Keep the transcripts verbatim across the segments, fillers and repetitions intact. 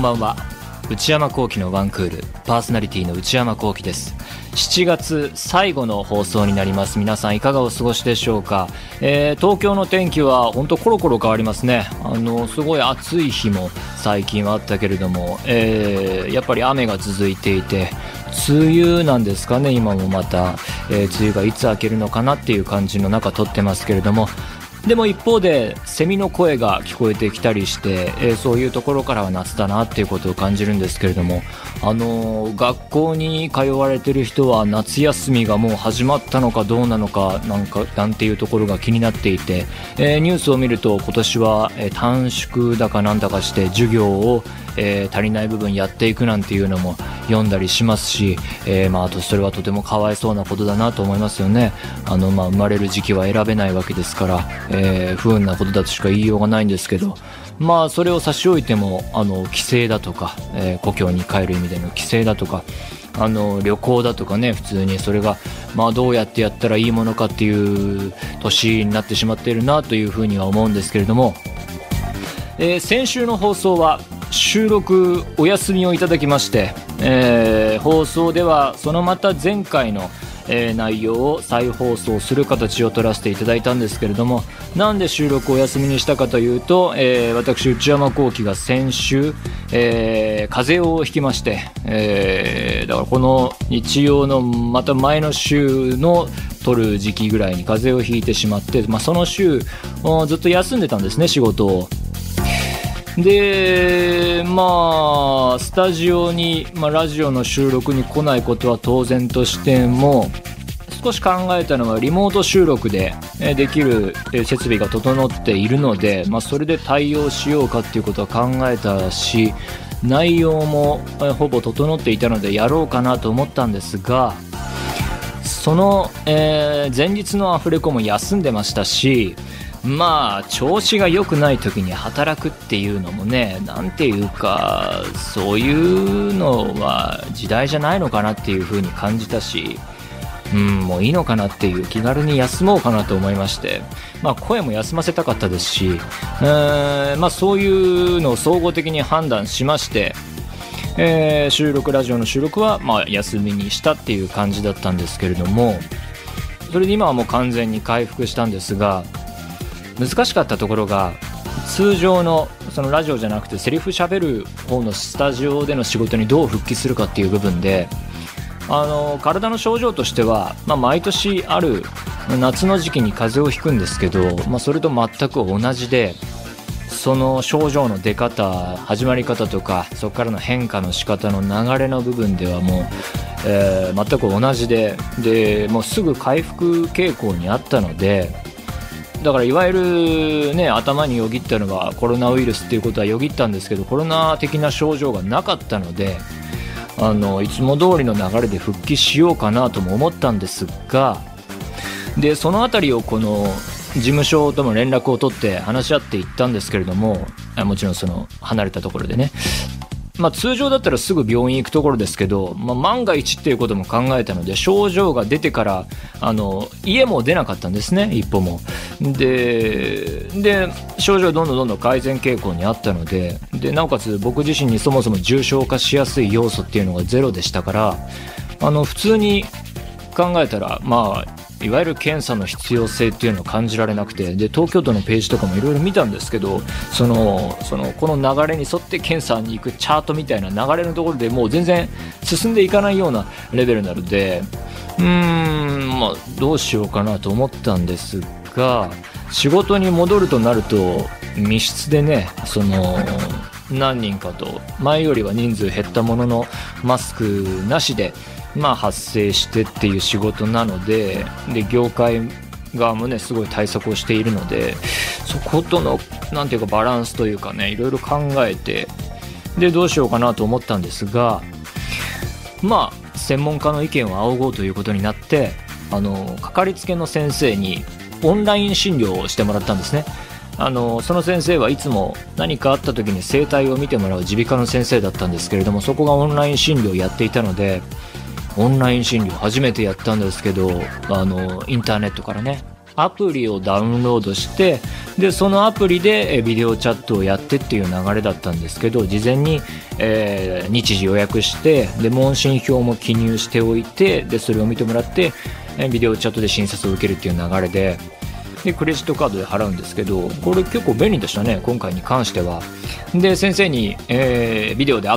こんばんは。内山聖輝のワンクールパーソナリティの内山聖輝です。しちがつ最後の放送になります。皆さんいかがお過ごしでしょうか。えー、東京の天気は本当コロコロ変わりますね。あのすごい暑い日も最近はあったけれども、えー、やっぱり雨が続いていて、梅雨なんですかね。今もまた、えー、梅雨がいつ明けるのかなっていう感じの中撮ってますけれども、でも一方でセミの声が聞こえてきたりして、えー、そういうところからは夏だなっていうことを感じるんですけれども、あのー、学校に通われてる人は夏休みがもう始まったのかどうなのかなんかなんていうところが気になっていて、えー、ニュースを見ると今年は、えー、短縮だかなんだかして授業を、えー、足りない部分やっていくなんていうのも読んだりしますし、えーまあ、あとそれはとてもかわいそうなことだなと思いますよね。あの、まあ、生まれる時期は選べないわけですから、えー、不運なことだとしか言いようがないんですけど、まあそれを差し置いても、あの帰省だとか、えー、故郷に帰る意味での帰省だとか、あの旅行だとかね、普通にそれが、まあ、どうやってやったらいいものかっていう年になってしまっているなというふうには思うんですけれども、えー、先週の放送は収録お休みをいただきまして、えー、放送ではそのまた前回の、えー、内容を再放送する形を取らせていただいたんですけれども、なんで収録をお休みにしたかというと、えー、私内山聖輝が先週、えー、風邪をひきまして、えー、だからこの日曜のまた前の週の撮る時期ぐらいに風邪をひいてしまって、まあ、その週ずっと休んでたんですね、仕事を。でまあスタジオに、まあ、ラジオの収録に来ないことは当然としても、少し考えたのはリモート収録でできる設備が整っているので、まあ、それで対応しようかっていうことは考えたし、内容もほぼ整っていたのでやろうかなと思ったんですが、その、えー、前日のアフレコも休んでましたし、まあ調子が良くない時に働くっていうのもね、なんていうかそういうのは時代じゃないのかなっていう風に感じたし、うんもういいのかなっていう、気軽に休もうかなと思いまして、まあ声も休ませたかったですし、えー、まあそういうのを総合的に判断しまして、えー、収録ラジオの収録はまあ休みにしたっていう感じだったんですけれども、それで今はもう完全に回復したんですが、難しかったところが、通常のそのラジオじゃなくてセリフ喋る方のスタジオでの仕事にどう復帰するかっていう部分で、あの体の症状としては、まあ、毎年ある夏の時期に風邪をひくんですけど、まあ、それと全く同じで、その症状の出方、始まり方とかそこからの変化の仕方の流れの部分ではもう、えー、全く同じで、でもうすぐ回復傾向にあったので、だからいわゆるね、頭によぎったのはコロナウイルスっていうことはよぎったんですけど、コロナ的な症状がなかったので、あのいつも通りの流れで復帰しようかなとも思ったんですが、でそのあたりをこの事務所とも連絡を取って話し合っていったんですけれども、もちろんその離れたところでね、まあ、通常だったらすぐ病院行くところですけど、まあ、万が一っていうことも考えたので、症状が出てからあの家も出なかったんですね、一歩も。でで症状どんどんどんどん改善傾向にあったので、でなおかつ僕自身にそもそも重症化しやすい要素っていうのがゼロでしたから、あの普通に考えたら、まあいわゆる検査の必要性っていうのを感じられなくて、で東京都のページとかもいろいろ見たんですけど、そのそのこの流れに沿って検査に行くチャートみたいな流れのところでもう全然進んでいかないようなレベルなので、うーんまあどうしようかなと思ったんですが、仕事に戻るとなると密室でね、その何人かと、前よりは人数減ったもののマスクなしでまあ発生してっていう仕事なので、で業界側もねすごい対策をしているので、そことのなんていうかバランスというかね、いろいろ考えて、でどうしようかなと思ったんですが、まあ専門家の意見を仰ごうということになって、あのかかりつけの先生にオンライン診療をしてもらったんですね。あのその先生はいつも何かあった時に生体を見てもらう耳鼻科の先生だったんですけれども、そこがオンライン診療をやっていたので、オンライン診療初めてやったんですけど、あのインターネットからねアプリをダウンロードして、でそのアプリでビデオチャットをやってっていう流れだったんですけど、事前に、えー、日時予約して、で問診票も記入しておいて、でそれを見てもらってビデオチャットで診察を受けるっていう流れで、でクレジットカードで払うんですけど、これ結構便利でしたね、今回に関しては。で先生に、えー、ビデオで会って、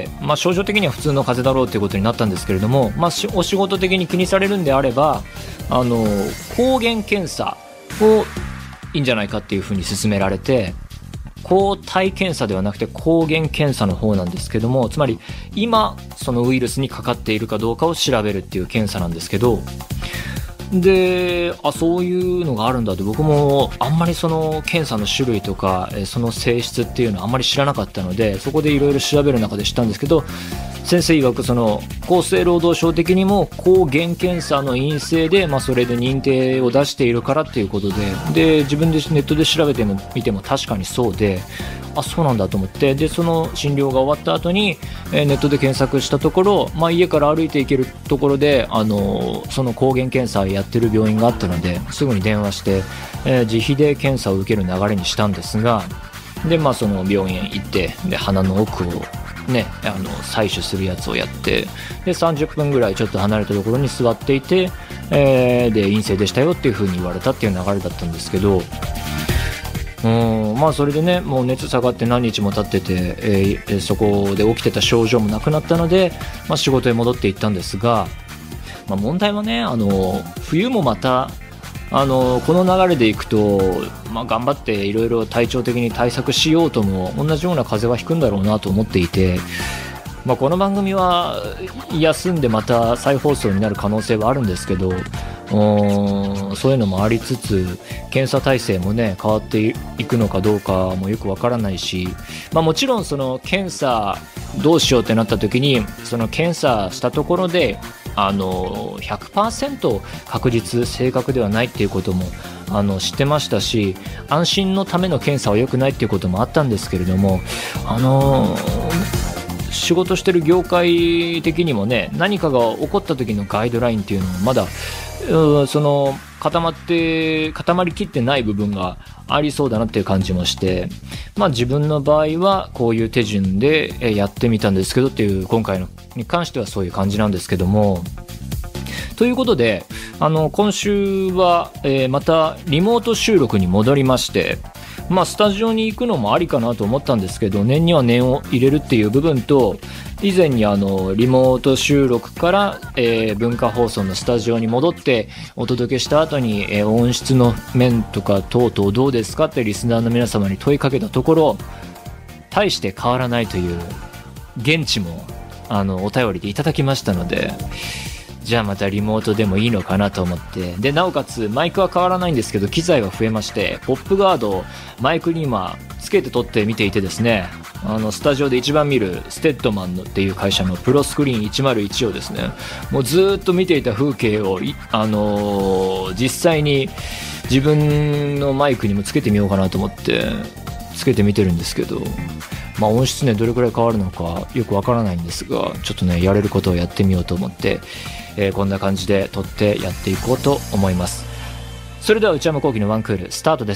まあ、症状的には普通の風邪だろうということになったんですけれども、まあ、お仕事的に気にされるんであれば、あの抗原検査をいいんじゃないかっていうふうに勧められて、抗体検査ではなくて抗原検査の方なんですけども、つまり今そのウイルスにかかっているかどうかを調べるっていう検査なんですけど、であそういうのがあるんだって、僕もあんまりその検査の種類とかその性質っていうのはあんまり知らなかったので、そこでいろいろ調べる中で知ったんですけど、先生曰くその厚生労働省的にも抗原検査の陰性で、まあ、それで認定を出しているからっていうことで、で自分でネットで調べてみても確かにそうで、あそうなんだと思って、でその診療が終わった後に、えー、ネットで検索したところ、まあ、家から歩いて行けるところで、あのー、その抗原検査やってる病院があったので、すぐに電話して、えー、自費で検査を受ける流れにしたんですが、で、まあ、その病院へ行って、で鼻の奥をね、あの採取するやつをやって、でさんじゅっぷんぐらいちょっと離れたところに座っていて、えー、で陰性でしたよっていう風に言われたっていう流れだったんですけど、うんまあそれでね、もう熱下がって何日も経ってて、えー、そこで起きてた症状もなくなったので、まあ、仕事へ戻っていったんですが、まあ、問題はね、あの冬もまたあのこの流れでいくと、まあ、頑張っていろいろ体調的に対策しようとも同じような風邪はひくんだろうなと思っていて、まあ、この番組は休んでまた再放送になる可能性はあるんですけど、うんそういうのもありつつ、検査体制もね変わっていくのかどうかもよくわからないし、まあ、もちろんその検査どうしようってなった時に、その検査したところであの ひゃくパーセント 確実正確ではないっていうこともあの知ってましたし、安心のための検査は良くないっていうこともあったんですけれども、あの仕事してる業界的にもね、何かが起こった時のガイドラインっていうのもまだその固まって固まりきってない部分がありそうだなっていう感じもして、まあ自分の場合はこういう手順でやってみたんですけどっていう、今回のに関してはそういう感じなんですけども、ということであの今週は、えー、またリモート収録に戻りまして、まあスタジオに行くのもありかなと思ったんですけど、念には念を入れるっていう部分と、以前にあのリモート収録から、えー、文化放送のスタジオに戻ってお届けした後に、えー、音質の面とか等々どうですかってリスナーの皆様に問いかけたところ、大して変わらないという現地もあのお便りでいただきましたので、じゃあまたリモートでもいいのかなと思って、でなおかつマイクは変わらないんですけど機材は増えまして、ポップガードをマイクに今つけて撮って見ていてですね、あのスタジオで一番見るステッドマンのっていう会社のプロスクリーンいちまるいちをですね、もうずっと見ていた風景を、あのー、実際に自分のマイクにもつけてみようかなと思ってつけてみてるんですけど、まあ、音質ねどれくらい変わるのかよくわからないんですが、ちょっとねやれることをやってみようと思って、えー、こんな感じで撮ってやっていこうと思います。それでは内山聖輝のワンクールスタートです。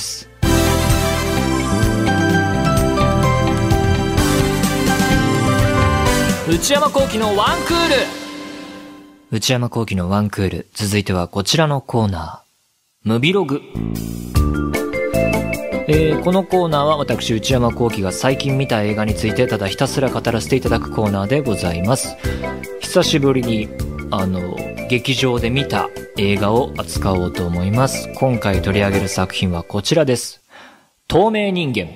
内山聖輝のワンクール内山聖輝のワンクール、続いてはこちらのコーナー、ムビログ。えー、このコーナーは私内山聖輝が最近見た映画についてただひたすら語らせていただくコーナーでございます。久しぶりにあの劇場で見た映画を扱おうと思います。今回取り上げる作品はこちらです。透明人間。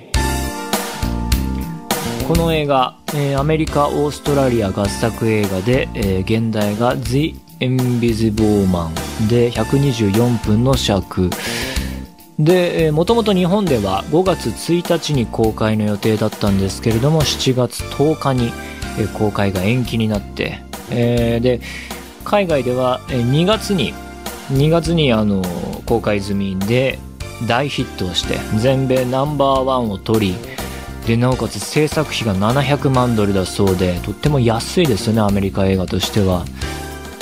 この映画、えー、アメリカオーストラリア合作映画で、えー、現代が The Invisible Man でひゃくにじゅうよんぷんの尺で、もともと日本ではごがつついたちに公開の予定だったんですけれども、しちがつとおかに、えー、公開が延期になって、えー、で海外ではにがつににがつにあの公開済みで大ヒットをして全米ナンバーワンを取り、でなおかつ制作費がななひゃくまんドルだそうで、とっても安いですよね、アメリカ映画としては。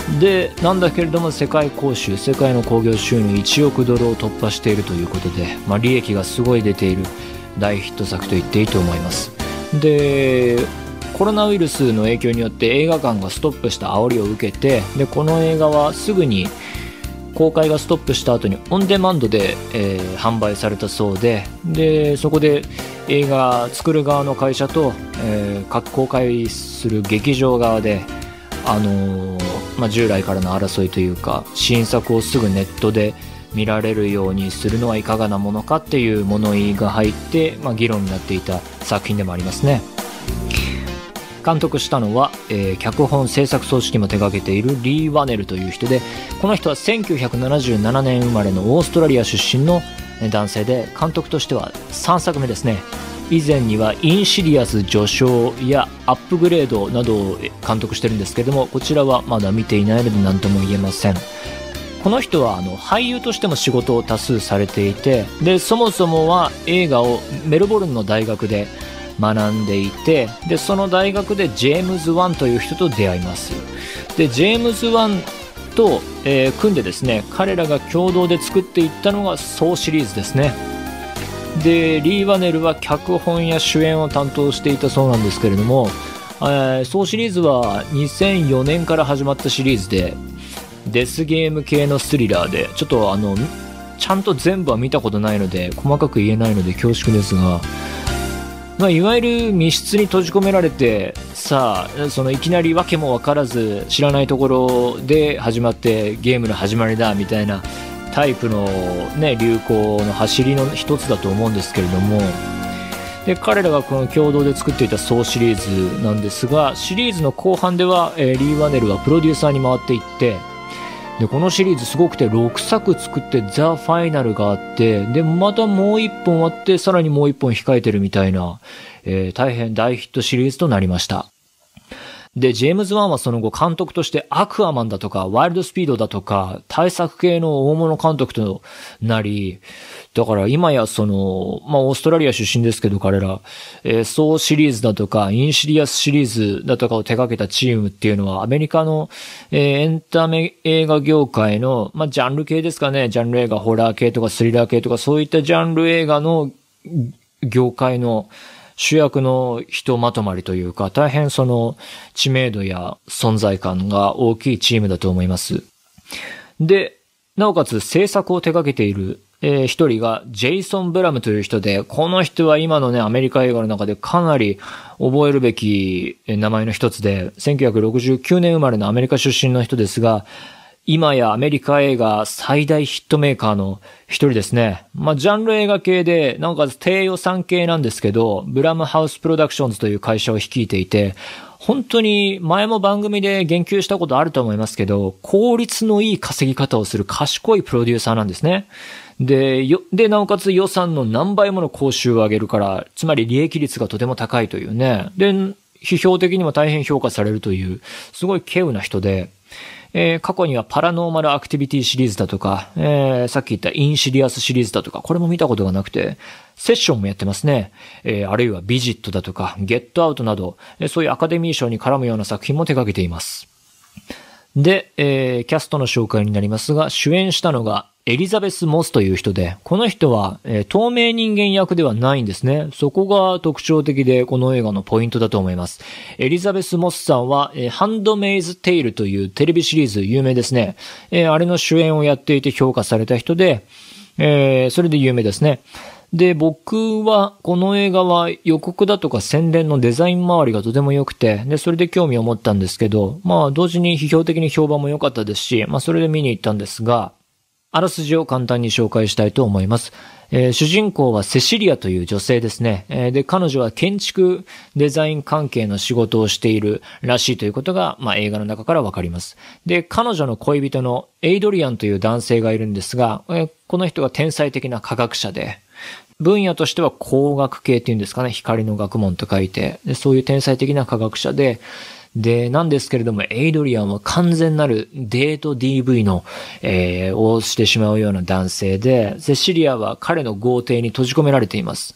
で、なんだけれども世界興収、世界の興行収入いちおくドルを突破しているということで、まあ、利益がすごい出ている大ヒット作と言っていいと思います。で、コロナウイルスの影響によって映画館がストップした煽りを受けて、でこの映画はすぐに公開がストップした後にオンデマンドで、えー、販売されたそうで、でそこで映画作る側の会社と、えー、各公開する劇場側で、あのーまあ、従来からの争いというか、新作をすぐネットで見られるようにするのはいかがなものかっていう物言いが入って、まあ、議論になっていた作品でもありますね。監督したのは、えー、脚本制作総指揮も手掛けているリー・ワネルという人で、この人はせんきゅうひゃくななじゅうななねん生まれのオーストラリア出身の男性で、監督としてはさんさくめですね。以前にはインシディアス序章やアップグレードなどを監督してるんですけども、こちらはまだ見ていないので何とも言えません。この人はあの俳優としても仕事を多数されていて、でそもそもは映画をメルボルンの大学で学んでいて、でその大学でジェームズ・ワンという人と出会います。でジェームズ・ワンと、えー、組んでですね、彼らが共同で作っていったのがソーシリーズですね。でリー・ワネルは脚本や主演を担当していたそうなんですけれども、えー、ソーシリーズはにせんよねんから始まったシリーズで、デスゲーム系のスリラーで、ちょっとあのちゃんと全部は見たことないので細かく言えないので恐縮ですが、まあ、いわゆる密室に閉じ込められて、さあそのいきなり訳も分からず知らないところで始まってゲームの始まりだみたいなタイプの、ね、流行の走りの一つだと思うんですけれども、で彼らがこの共同で作っていたソーシリーズなんですが、シリーズの後半では、えー、リー・ワネルはプロデューサーに回っていって、でこのシリーズすごくてろくさく作ってザ・ファイナルがあって、でまたもういっぽんあって、さらにもういっぽん控えてるみたいな、えー、大変大ヒットシリーズとなりました。でジェームズ・ワンはその後監督としてアクアマンだとかワイルドスピードだとか大作系の大物監督となり、だから今やその、まあオーストラリア出身ですけど彼ら、えー、ソーシリーズだとかインシディアスシリーズだとかを手掛けたチームっていうのはアメリカの、えー、エンタメ映画業界の、まあジャンル系ですかね、ジャンル映画、ホラー系とかスリラー系とかそういったジャンル映画の業界の主役の人まとまりというか、大変その知名度や存在感が大きいチームだと思います。で、なおかつ制作を手掛けている、えー、一人がジェイソン・ブラムという人で、この人は今のねアメリカ映画の中でかなり覚えるべき名前の一つで、せんきゅうひゃくろくじゅうきゅうねん生まれのアメリカ出身の人ですが、今やアメリカ映画最大ヒットメーカーの一人ですね。まあ、ジャンル映画系で、なおかつ低予算系なんですけど、ブラムハウスプロダクションズという会社を率いていて、本当に前も番組で言及したことあると思いますけど、効率のいい稼ぎ方をする賢いプロデューサーなんですね。で、よ、で、なおかつ予算の何倍もの報酬を上げるから、つまり利益率がとても高いというね。で、批評的にも大変評価されるという、すごい稀有な人で、えー、過去にはパラノーマルアクティビティシリーズだとか、えー、さっき言ったインシディアスシリーズだとか、これも見たことがなくて、セッションもやってますね。えー、あるいはビジットだとか、ゲットアウトなど、えー、そういうアカデミー賞に絡むような作品も手掛けています。で、えー、キャストの紹介になりますが、主演したのがエリザベス・モスという人で、この人は、えー、透明人間役ではないんですね。そこが特徴的で、この映画のポイントだと思います。エリザベス・モスさんは、えー、ハンドメイズ・テイルというテレビシリーズ有名ですね。えー、あれの主演をやっていて評価された人で、えー、それで有名ですね。で、僕はこの映画は予告だとか宣伝のデザイン周りがとても良くて、で、それで興味を持ったんですけど、まあ同時に批評的に評判も良かったですし、まあそれで見に行ったんですが、あらすじを簡単に紹介したいと思います。えー、主人公はセシリアという女性ですね。えー、で、彼女は建築デザイン関係の仕事をしているらしいということが、まあ映画の中からわかります。で、彼女の恋人のエイドリアンという男性がいるんですが、えー、この人が天才的な科学者で、分野としては工学系っていうんですかね、光の学問と書いて、でそういう天才的な科学者で、で、なんですけれども、エイドリアンは完全なるデート ディーブイ の、えー、をしてしまうような男性で、セシリアは彼の豪邸に閉じ込められています。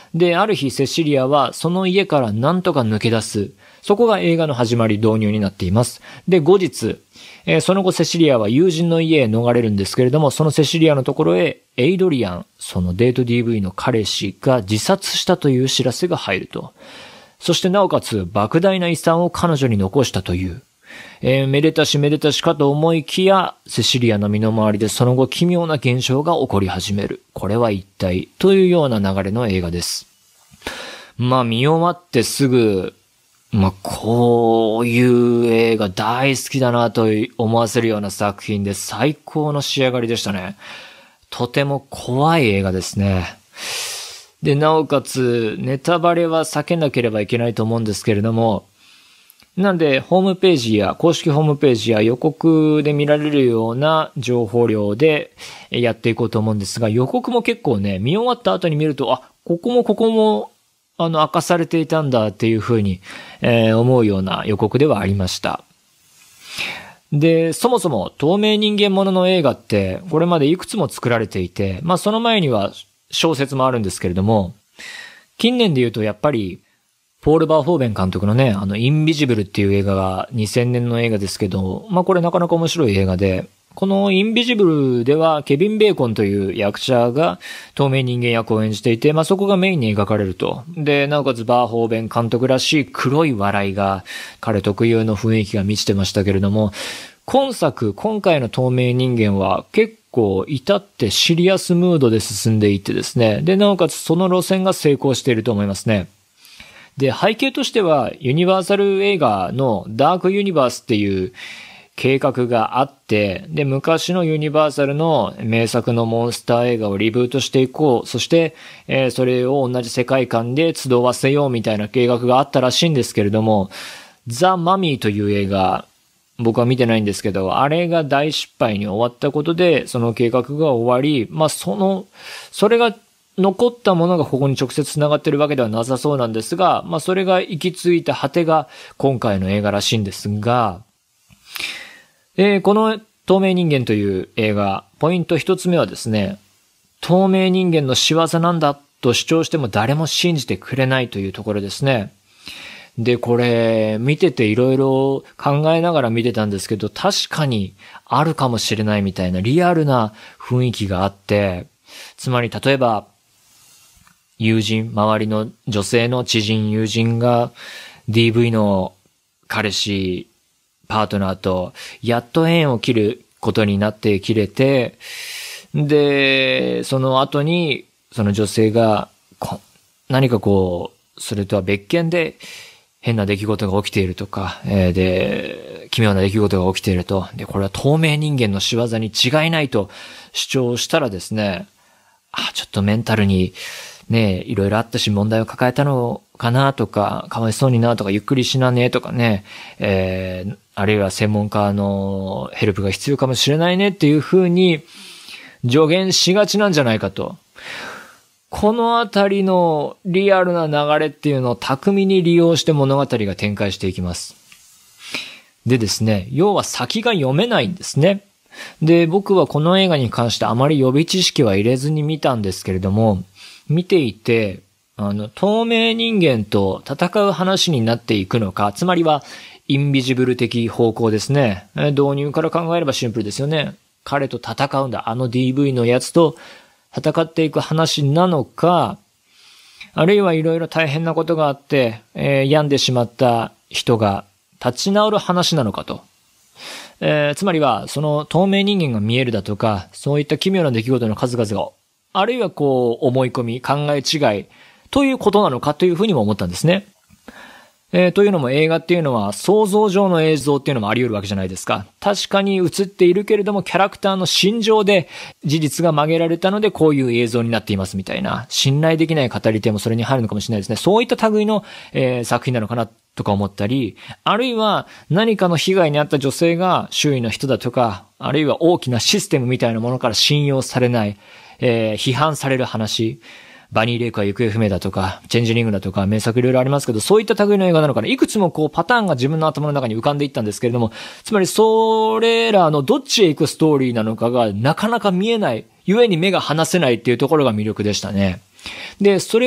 で、ある日セシリアはその家から何とか抜け出す。そこが映画の始まり、導入になっています。で、後日、えー、その後セシリアは友人の家へ逃れるんですけれども、そのセシリアのところへエイドリアン、そのデート ディーブイ の彼氏が自殺したという知らせが入ると。そしてなおかつ莫大な遺産を彼女に残したという。えー、めでたしめでたしかと思いきや、セシリアの身の回りでその後奇妙な現象が起こり始める。これは一体というような流れの映画です。まあ見終わってすぐ、まあこういう映画大好きだなと思わせるような作品で最高の仕上がりでしたね。とても怖い映画ですね。で、なおかつネタバレは避けなければいけないと思うんですけれども、なんで、ホームページや、公式ホームページや予告で見られるような情報量でやっていこうと思うんですが、予告も結構ね、見終わった後に見ると、あ、ここもここも、あの、明かされていたんだっていう風に、えー、思うような予告ではありました。で、そもそも透明人間ものの映画って、これまでいくつも作られていて、まあその前には小説もあるんですけれども、近年で言うとやっぱり、ポール・バーホーベン監督のね、あの、インビジブルっていう映画がにせんねんの映画ですけど、まあこれなかなか面白い映画で、このインビジブルではケビン・ベーコンという役者が透明人間役を演じていて、まあそこがメインに描かれると。で、なおかつバーホーベン監督らしい黒い笑いが彼特有の雰囲気が満ちてましたけれども、今作、今回の透明人間は結構至ってシリアスムードで進んでいってですね、で、なおかつその路線が成功していると思いますね。で、背景としては、ユニバーサル映画のダークユニバースっていう計画があって、で、昔のユニバーサルの名作のモンスター映画をリブートしていこう。そして、えー、それを同じ世界観で集わせようみたいな計画があったらしいんですけれども、ザ・マミーという映画、僕は見てないんですけど、あれが大失敗に終わったことで、その計画が終わり、まあ、その、それが、残ったものがここに直接繋がってるわけではなさそうなんですが、まあそれが行き着いた果てが今回の映画らしいんですが、えー、この透明人間という映画、ポイント一つ目はですね、透明人間の仕業なんだと主張しても誰も信じてくれないというところですね。で、これ、見てていろいろ考えながら見てたんですけど、確かにあるかもしれないみたいなリアルな雰囲気があって、つまり例えば、友人、周りの女性の知人、友人が ディーブイ の彼氏、パートナーとやっと縁を切ることになって切れて、で、その後にその女性が何かこう、それとは別件で変な出来事が起きているとか、えー、で、奇妙な出来事が起きていると、で、これは透明人間の仕業に違いないと主張したらですね、あ、ちょっとメンタルにねえ、いろいろあったし問題を抱えたのかなとか、かわいそうになとか、ゆっくりしなねとかね、えー、あるいは専門家のヘルプが必要かもしれないねっていう風に助言しがちなんじゃないかと。このあたりのリアルな流れっていうのを巧みに利用して物語が展開していきます。でですね、要は先が読めないんですね。で、僕はこの映画に関してあまり予備知識は入れずに見たんですけれども、見ていて、あの、透明人間と戦う話になっていくのか、つまりは、インビジブル的方向ですね。導入から考えればシンプルですよね。彼と戦うんだ。あの ディーブイ のやつと戦っていく話なのか、あるいはいろいろ大変なことがあって、えー、病んでしまった人が立ち直る話なのかと。えー、つまりは、その透明人間が見えるだとか、そういった奇妙な出来事の数々が、あるいはこう思い込み、考え違いということなのかというふうにも思ったんですね。えー、というのも映画っていうのは想像上の映像っていうのもあり得るわけじゃないですか。確かに映っているけれどもキャラクターの心情で事実が曲げられたのでこういう映像になっていますみたいな、信頼できない語り手もそれに入るのかもしれないですね。そういった類の、えー、作品なのかなとか思ったり、あるいは何かの被害に遭った女性が周囲の人だとか、あるいは大きなシステムみたいなものから信用されない、えー、批判される話、バニー・レイクは行方不明だとか、チェンジリングだとか、名作いろいろありますけど、そういった類の映画なのかな。いくつもこうパターンが自分の頭の中に浮かんでいったんですけれども、つまりそれらのどっちへ行くストーリーなのかがなかなか見えない、故に目が離せないっていうところが魅力でしたね。で、それは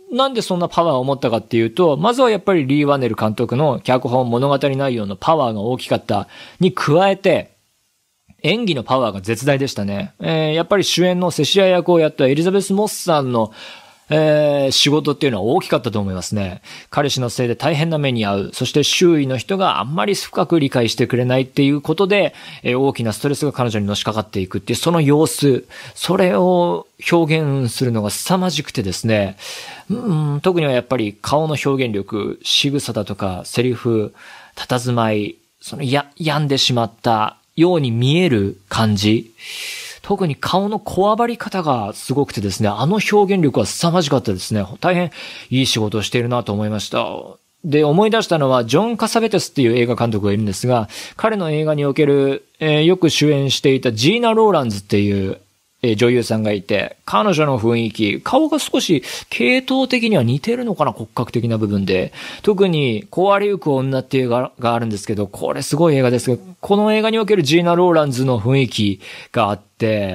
なんでそんなパワーを持ったかっていうと、まずはやっぱりリー・ワネル監督の脚本物語内容のパワーが大きかったに加えて、演技のパワーが絶大でしたね。えー、やっぱり主演のセシア役をやったエリザベス・モスさんのえー、仕事っていうのは大きかったと思いますね。彼氏のせいで大変な目に遭う。そして周囲の人があんまり深く理解してくれないっていうことで、えー、大きなストレスが彼女にのしかかっていくっていうその様子、それを表現するのが凄まじくてですね、うん、特にはやっぱり顔の表現力、仕草だとかセリフ、佇まい、そのや、病んでしまったように見える感じ。特に顔のこわばり方がすごくてですね、あの表現力は凄まじかったですね。大変いい仕事をしているなと思いました。で、思い出したのはジョン・カサベテスっていう映画監督がいるんですが、彼の映画における、えー、よく主演していたジーナ・ローランズっていうえー、女優さんがいて、彼女の雰囲気、顔が少し系統的には似てるのかな、骨格的な部分で。特に、壊れゆく女っていう映画があるんですけど、これすごい映画ですけど、この映画におけるジーナ・ローランズの雰囲気があって、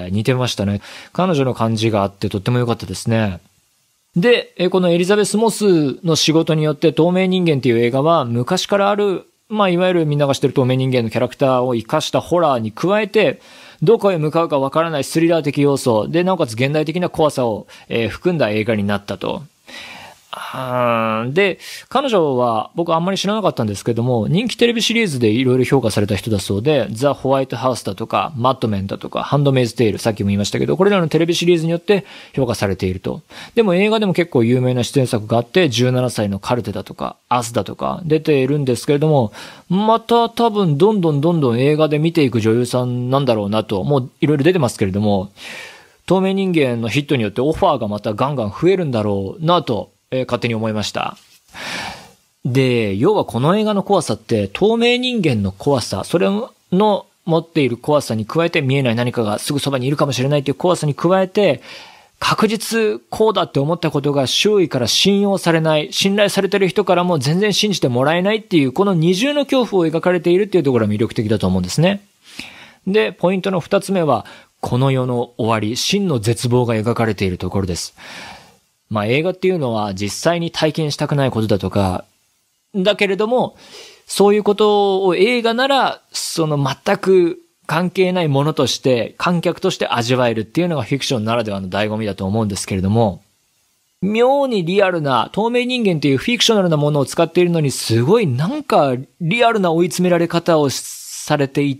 似てましたね。彼女の感じがあって、とっても良かったですね。で、このエリザベス・モスの仕事によって、透明人間っていう映画は、昔からある、まあ、いわゆるみんなが知ってる透明人間のキャラクターを生かしたホラーに加えて、どこへ向かうかわからないスリラー的要素で、なおかつ現代的な怖さを、えー、含んだ映画になったと。で、彼女は僕あんまり知らなかったんですけども、人気テレビシリーズでいろいろ評価された人だそうで、ザ・ホワイトハウスだとか、マッドメンだとか、ハンドメイズ・テイル、さっきも言いましたけど、これらのテレビシリーズによって評価されていると。でも映画でも結構有名な出演作があって、じゅうななさいのカルテだとか、アスだとか出ているんですけれども、また多分どんどんどんどん映画で見ていく女優さんなんだろうなと、もういろいろ出てますけれども、透明人間のヒットによってオファーがまたガンガン増えるんだろうなと、えー、勝手に思いました。で、要はこの映画の怖さって透明人間の怖さ、それの持っている怖さに加えて見えない何かがすぐそばにいるかもしれないという怖さに加えて、確実こうだって思ったことが周囲から信用されない、信頼されている人からも全然信じてもらえないっていうこの二重の恐怖を描かれているっていうところが魅力的だと思うんですね。で、ポイントの二つ目は、この世の終わり、真の絶望が描かれているところです。まあ映画っていうのは実際に体験したくないことだとか、だけれども、そういうことを映画なら、その全く関係ないものとして、観客として味わえるっていうのがフィクションならではの醍醐味だと思うんですけれども、妙にリアルな、透明人間っていうフィクショナルなものを使っているのに、すごいなんかリアルな追い詰められ方をされていって、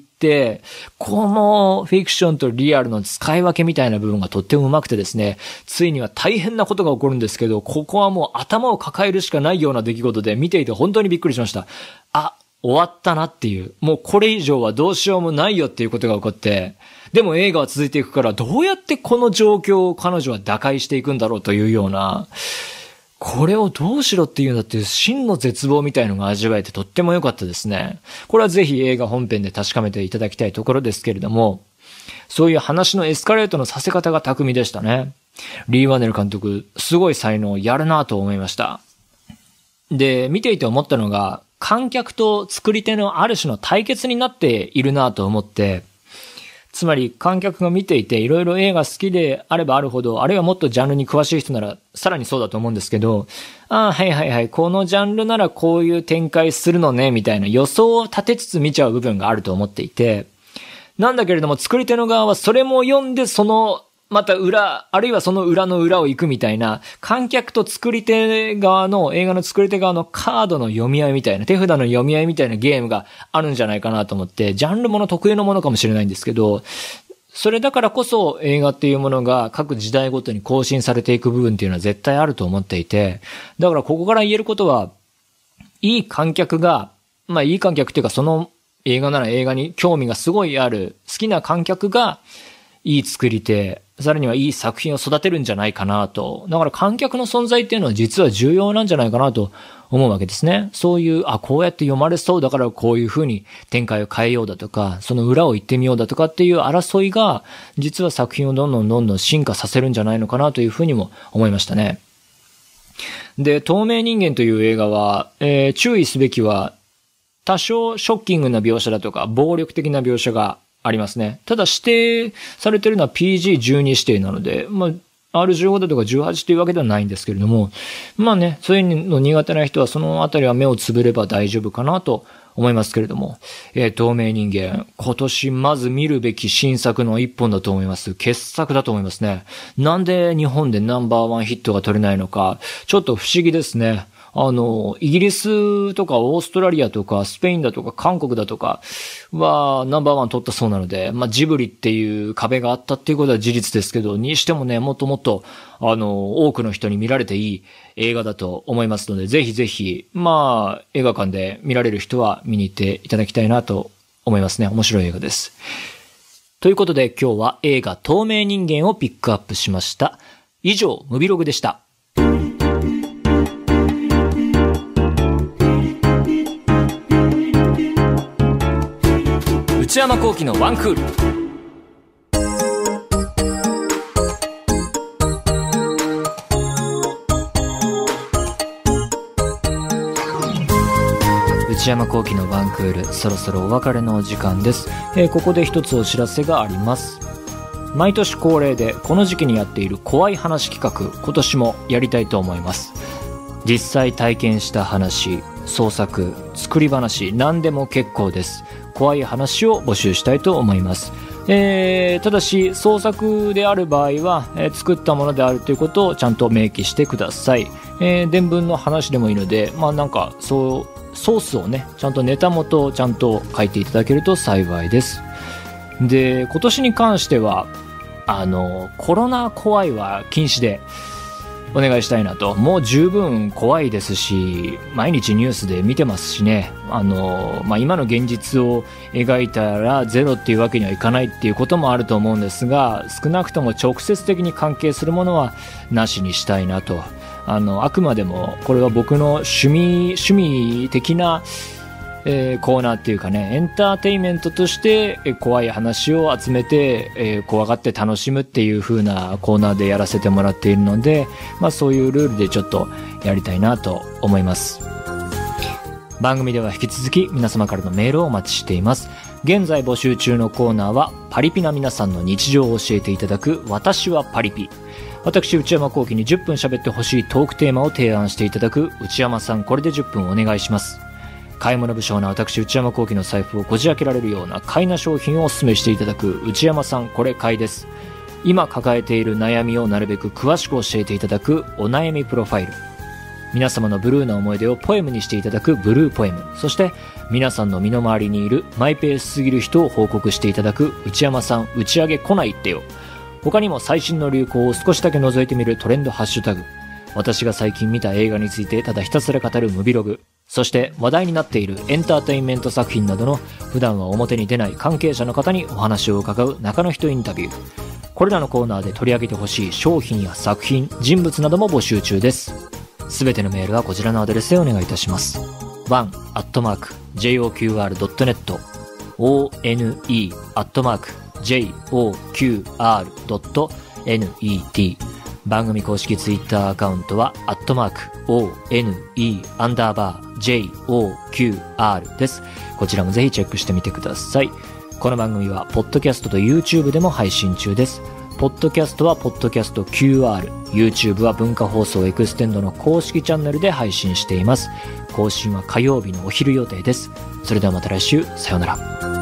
このフィクションとリアルの使い分けみたいな部分がとっても上手くてですね、ついには大変なことが起こるんですけど、ここはもう頭を抱えるしかないような出来事で見ていて本当にびっくりしました。あ、終わったなっていう、もうこれ以上はどうしようもないよっていうことが起こって、でも映画は続いていくから、どうやってこの状況を彼女は打開していくんだろうというような、これをどうしろっていうんだっていう真の絶望みたいのが味わえてとっても良かったですね。これはぜひ映画本編で確かめていただきたいところですけれども、そういう話のエスカレートのさせ方が巧みでしたね。リー・ワネル監督、すごい才能をやるなと思いました。で、見ていて思ったのが、観客と作り手のある種の対決になっているなと思って、つまり観客が見ていていろいろ映画好きであればあるほど、あるいはもっとジャンルに詳しい人ならさらにそうだと思うんですけど、ああ、はいはいはい、このジャンルならこういう展開するのね、みたいな予想を立てつつ見ちゃう部分があると思っていて、なんだけれども作り手の側はそれも読んでその、また裏、あるいはその裏の裏を行くみたいな、観客と作り手側の、映画の作り手側のカードの読み合いみたいな、手札の読み合いみたいなゲームがあるんじゃないかなと思って、ジャンルもの特有のものかもしれないんですけど、それだからこそ映画っていうものが各時代ごとに更新されていく部分っていうのは絶対あると思っていて、だからここから言えることは、いい観客が、まあいい観客っていうかその映画なら映画に興味がすごいある、好きな観客が、いい作り手、さらにはいい作品を育てるんじゃないかなと。だから観客の存在っていうのは実は重要なんじゃないかなと思うわけですね。そういう、あ、こうやって読まれそうだからこういう風に展開を変えようだとか、その裏を言ってみようだとかっていう争いが、実は作品をどんどんどんどん進化させるんじゃないのかなという風にも思いましたね。で、透明人間という映画は、えー、注意すべきは、多少ショッキングな描写だとか、暴力的な描写がありますね。ただ指定されているのは ピージーじゅうに 指定なので、まあ、 アールじゅうご だとかじゅうはちというわけではないんですけれども、まあね、そういうの苦手な人はそのあたりは目をつぶれば大丈夫かなと思いますけれども、えー、透明人間、今年まず見るべき新作の一本だと思います。傑作だと思いますね。なんで日本でナンバーワンヒットが取れないのか、ちょっと不思議ですね。あの、イギリスとかオーストラリアとかスペインだとか韓国だとかはナンバーワン取ったそうなので、まあジブリっていう壁があったっていうことは事実ですけど、にしてもね、もっともっとあの、多くの人に見られていい映画だと思いますので、ぜひぜひ、まあ映画館で見られる人は見に行っていただきたいなと思いますね。面白い映画です。ということで今日は映画透明人間をピックアップしました。以上、ムビログでした。内山聖輝のワンクール。内山聖輝のワンクール、そろそろお別れのお時間です。えー、ここで一つお知らせがあります。毎年恒例でこの時期にやっている怖い話企画、今年もやりたいと思います。実際体験した話、創作、作り話、何でも結構です。怖い話を募集したいと思います。えー、ただし創作である場合は、えー、作ったものであるということをちゃんと明記してください。えー、伝聞の話でもいいので、まあなんかそうソースをね、ちゃんとネタ元をちゃんと書いていただけると幸いです。で、今年に関してはあのコロナ怖いは禁止でお願いしたいなと。もう十分怖いですし、毎日ニュースで見てますしね。あの、まあ、今の現実を描いたらゼロっていうわけにはいかないっていうこともあると思うんですが、少なくとも直接的に関係するものはなしにしたいなと。あの、あくまでもこれは僕の趣味、趣味的なえー、コーナーっていうかね、エンターテインメントとして、えー、怖い話を集めて、えー、怖がって楽しむっていう風なコーナーでやらせてもらっているので、まあそういうルールでちょっとやりたいなと思います。番組では引き続き皆様からのメールをお待ちしています。現在募集中のコーナーはパリピな皆さんの日常を教えていただく私はパリピ。私内山聖輝にじゅっぷん喋ってほしいトークテーマを提案していただく内山さん、これでじゅっぷんお願いします。買い物不詳な私内山聖輝の財布をこじ開けられるような買いな商品をお勧めしていただく内山さん、これ買いです。今抱えている悩みをなるべく詳しく教えていただくお悩みプロファイル。皆様のブルーな思い出をポエムにしていただくブルーポエム。そして皆さんの身の回りにいるマイペースすぎる人を報告していただく内山さん打ち上げ来ないってよ。他にも最新の流行を少しだけ覗いてみるトレンドハッシュタグ。私が最近見た映画についてただひたすら語るムビログ。そして話題になっているエンターテインメント作品などの普段は表に出ない関係者の方にお話を伺う中の人インタビュー。これらのコーナーで取り上げてほしい商品や作品、人物なども募集中です。すべてのメールはこちらのアドレスでお願いいたします。ワン アットマーク ジェイオーキューアール ドットネット オーエヌイー アットマーク ジェイオーキューアール ドットネット。番組公式ツイッターアカウントはアットマーク オーエヌイー アンダーバー ジェイオーキューアール です。こちらもぜひチェックしてみてください。この番組はポッドキャストと YouTube でも配信中です。ポッドキャストはポッドキャスト キューアール、 YouTube は文化放送エクステンドの公式チャンネルで配信しています。更新は火曜日のお昼予定です。それではまた来週、さようなら。